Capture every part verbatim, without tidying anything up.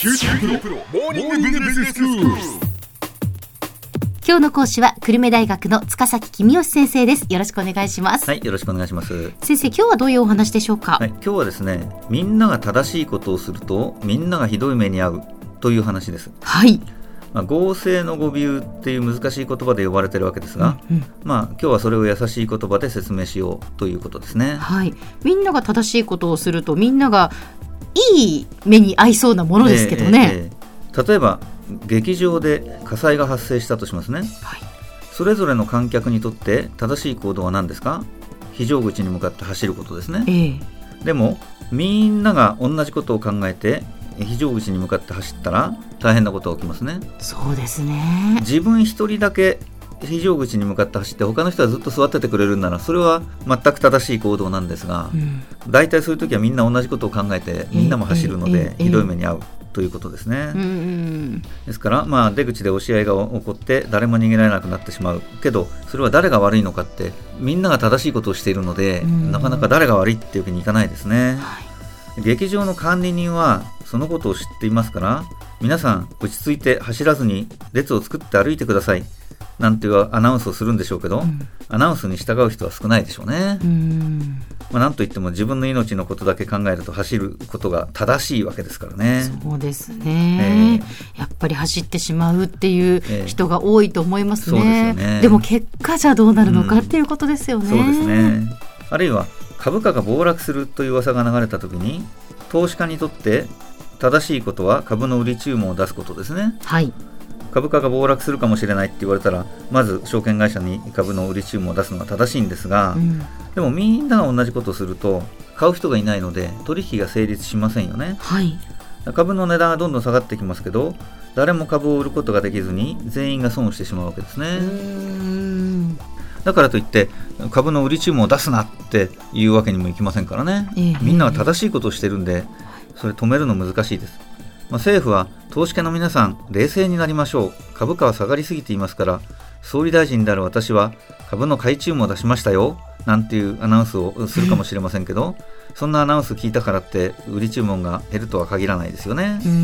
キューティープロモーニングビジネススクール。 今日の講師は久留米大学の塚崎公義先生です。よろしくお願いします。 はい、よろしくお願いします。 先生、今日はどういうお話でしょうか？ はい、今日はですね、みんなが正しいことをするとみんながひどい目に遭うという話です。 はい、 まあ、合成の語尾っていう難しい言葉で呼ばれているわけですが、 うんうん、 まあ、今日はそれを優しい言葉で説明しようということですね。 はい、みんなが正しいことをするとみんながいい目に遭いそうなものですけどね、えーえー、例えば劇場で火災が発生したとしますね、はい、それぞれの観客にとって正しい行動は何ですか？非常口に向かって走ることですね、えー、でもみんなが同じことを考えて非常口に向かって走ったら大変なことが起きますね。 そうですね。 自分一人だけ非常口に向かって走って他の人はずっと座っててくれるんならそれは全く正しい行動なんですが、うん、大体そういう時はみんな同じことを考えてみんなも走るのでひどい目に遭うということですね、うんうん、ですから、まあ、出口で押し合いが起こって誰も逃げられなくなってしまうけど、それは誰が悪いのかってみんなが正しいことをしているので、うん、なかなか誰が悪いっていうわけにいかないですね、はい、劇場の管理人はそのことを知っていますから、皆さん落ち着いて走らずに列を作って歩いてくださいなんていうアナウンスをするんでしょうけど、うん、アナウンスに従う人は少ないでしょうね。うん、まあ、なんといっても自分の命のことだけ考えると走ることが正しいわけですからね。 そうですね、えー、やっぱり走ってしまうっていう人が多いと思いますね、えー、そうですよね。でも結果じゃどうなるのかっていうことですよね、うん、 そうですね。あるいは株価が暴落するという噂が流れたときに、投資家にとって正しいことは株の売り注文を出すことですね。はい、株価が暴落するかもしれないって言われたら、まず証券会社に株の売り注文を出すのが正しいんですが、うん、でもみんなが同じことをすると買う人がいないので取引が成立しませんよね、はい、株の値段がどんどん下がってきますけど、誰も株を売ることができずに全員が損してしまうわけですね。うーん、だからといって株の売り注文を出すなっていうわけにもいきませんからね、えー、みんなは正しいことをしてるんでそれ止めるの難しいです。まあ、政府は投資家の皆さん冷静になりましょう、株価は下がりすぎていますから総理大臣である私は株の買い注文を出しましたよなんていうアナウンスをするかもしれませんけど、そんなアナウンス聞いたからって売り注文が減るとは限らないですよね。うん、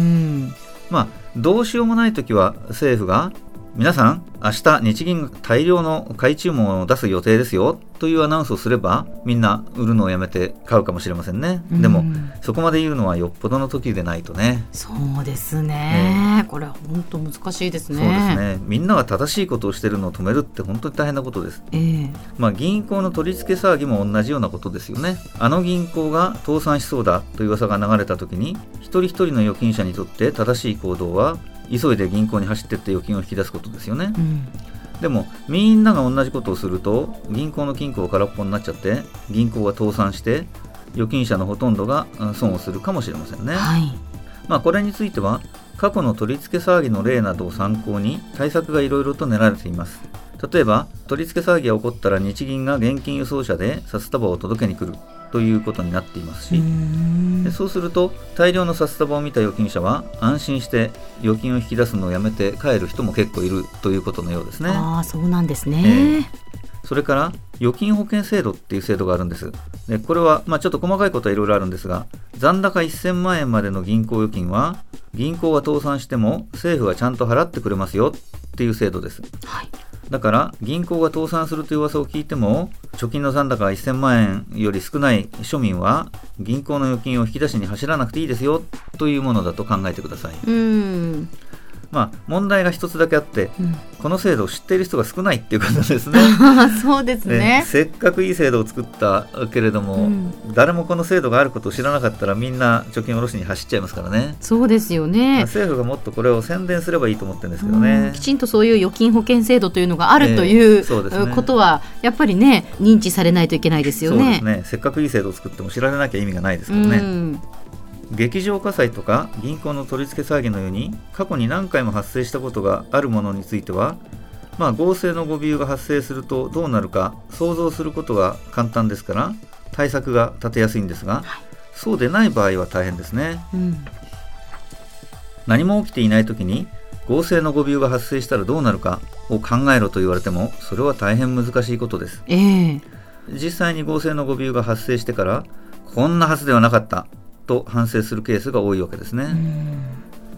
まあどうしようもないときは政府が皆さん明日日銀が大量の買い注文を出す予定ですよというアナウンスをすればみんな売るのをやめて買うかもしれませんね。でもそこまで言うのはよっぽどの時でないとね。 そうですね、えー、これは本当難しいですね。 そうですね。みんなが正しいことをしているのを止めるって本当に大変なことです、えーまあ、銀行の取り付け騒ぎも同じようなことですよね。あの銀行が倒産しそうだという噂が流れた時に一人一人の預金者にとって正しい行動は急いで銀行に走っていって預金を引き出すことですよね、うん、でもみんなが同じことをすると銀行の金庫が空っぽになっちゃって銀行が倒産して預金者のほとんどが損をするかもしれませんね、はい、まあ、これについては過去の取り付け騒ぎの例などを参考に対策がいろいろと練られています。例えば取り付け騒ぎが起こったら日銀が現金輸送車で札束を届けに来るということになっていますし、でそうすると大量の札束を見た預金者は安心して預金を引き出すのをやめて帰る人も結構いるということのようですね。 ああ、そうなんですね、 えー、それから預金保険制度っていう制度があるんです。でこれは、まあ、ちょっと細かいことはいろいろあるんですが、残高せんまん円までの銀行預金は銀行が倒産しても政府がちゃんと払ってくれますよっていう制度です、はい、だから銀行が倒産するという噂を聞いても貯金の残高がせんまん円より少ない庶民は銀行の預金を引き出しに走らなくていいですよというものだと考えてください。うーん、まあ、問題が一つだけあって、うん、この制度を知っている人が少ないっていうことですね。 そうですね。 ね、せっかくいい制度を作ったけれども、うん、誰もこの制度があることを知らなかったらみんな貯金下ろしに走っちゃいますからね。 そうですよね。 政府がもっとこれを宣伝すればいいと思ってるんですけどね。 きちんとそういう預金保険制度というのがあるという、えーそうですね、ことはやっぱりね認知されないといけないですよね。 そうですね。せっかくいい制度を作っても知られなきゃ意味がないですからね。うん、劇場火災とか銀行の取り付け騒ぎのように過去に何回も発生したことがあるものについては、まあ、合成の誤謬が発生するとどうなるか想像することが簡単ですから対策が立てやすいんですが、はい、そうでない場合は大変ですね、うん、何も起きていないときに合成の誤謬が発生したらどうなるかを考えろと言われてもそれは大変難しいことです、えー、実際に合成の誤謬が発生してからこんなはずではなかったと反省するケースが多いわけですね。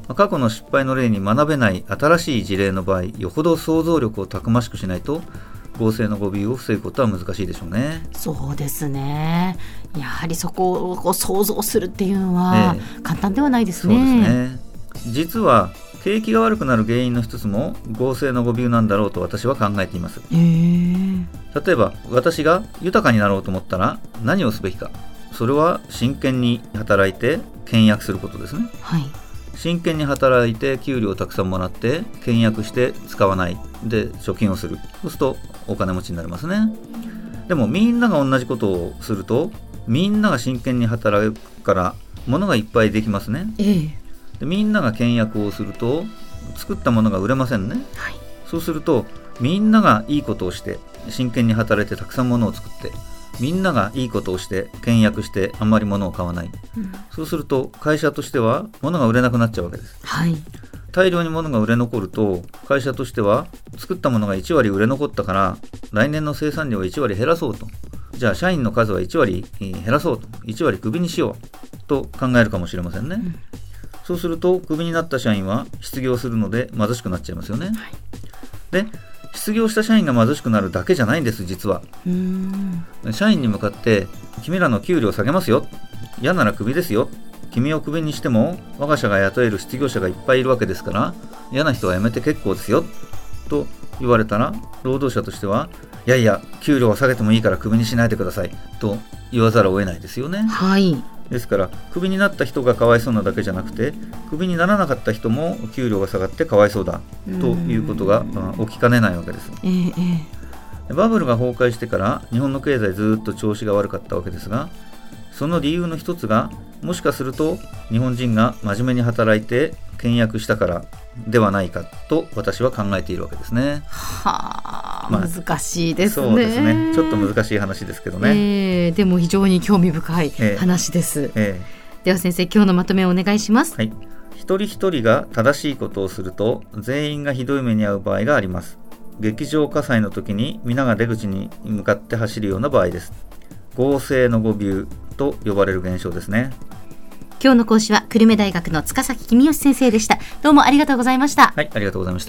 過去の失敗の例に学べない新しい事例の場合、よほど想像力をたくましくしないと合成の誤謬を防ぐことは難しいでしょうね。 そうですね。やはりそこを想像するっていうのは簡単ではないですね。 そうですね。実は景気が悪くなる原因の一つも合成の誤謬なんだろうと私は考えています。 へー。 例えば私が豊かになろうと思ったら何をすべきか。それは真剣に働いて倹約することですね。 はい。 真剣に働いて給料をたくさんもらって倹約して使わないで貯金をする。そうするとお金持ちになりますね。でもみんなが同じことをするとみんなが真剣に働くから物がいっぱいできますね。 ええ。 でみんなが倹約をすると作ったものが売れませんね。 はい。 そうするとみんながいいことをして真剣に働いてたくさん物を作ってみんながいいことをして倹約してあんまり物を買わない、うん、そうすると会社としては物が売れなくなっちゃうわけです。 はい。 大量に物が売れ残ると会社としては作ったものがいち割売れ残ったから来年の生産量をいち割減らそうと、じゃあ社員の数はいち割減らそうと、いち割クビにしようと考えるかもしれませんね、うん、そうするとクビになった社員は失業するので貧しくなっちゃいますよね、はい、で失業した社員が貧しくなるだけじゃないんです。実はうーん社員に向かって君らの給料下げますよ、嫌ならクビですよ、君をクビにしても我が社が雇える失業者がいっぱいいるわけですから嫌な人は辞めて結構ですよと言われたら労働者としてはいやいや給料は下げてもいいからクビにしないでくださいと言わざるを得ないですよね。 はい。 ですからクビになった人がかわいそうなだけじゃなくてクビにならなかった人も給料が下がってかわいそうだということが起きかねないわけです、 えーえー、バブルが崩壊してから日本の経済ずっと調子が悪かったわけですが、その理由の一つがもしかすると日本人が真面目に働いて倹約したからではないかと私は考えているわけですね。 はあ、まあ、難しいですね。 そうですね。ちょっと難しい話ですけどね、 えー、でも非常に興味深い話です、えーえー、では先生今日のまとめをお願いします。 はい、一人一人が正しいことをすると全員がひどい目に遭う場合があります。劇場火災の時に皆が出口に向かって走るような場合です。合成の誤謬と呼ばれる現象ですね。 今日の講師は久留米大学の塚崎公義先生でした。どうもありがとうございました。 はい、ありがとうございました。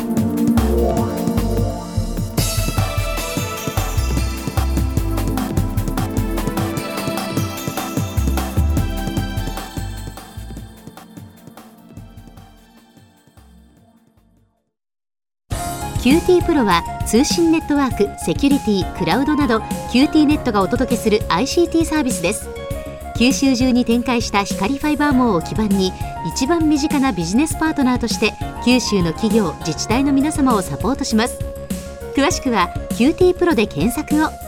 キューティー プロは通信ネットワーク、セキュリティ、クラウドなど キューティー ネットがお届けする アイシーティー サービスです。九州中に展開した光ファイバー網を基盤に一番身近なビジネスパートナーとして九州の企業、自治体の皆様をサポートします。詳しくは キューティー プロで検索を。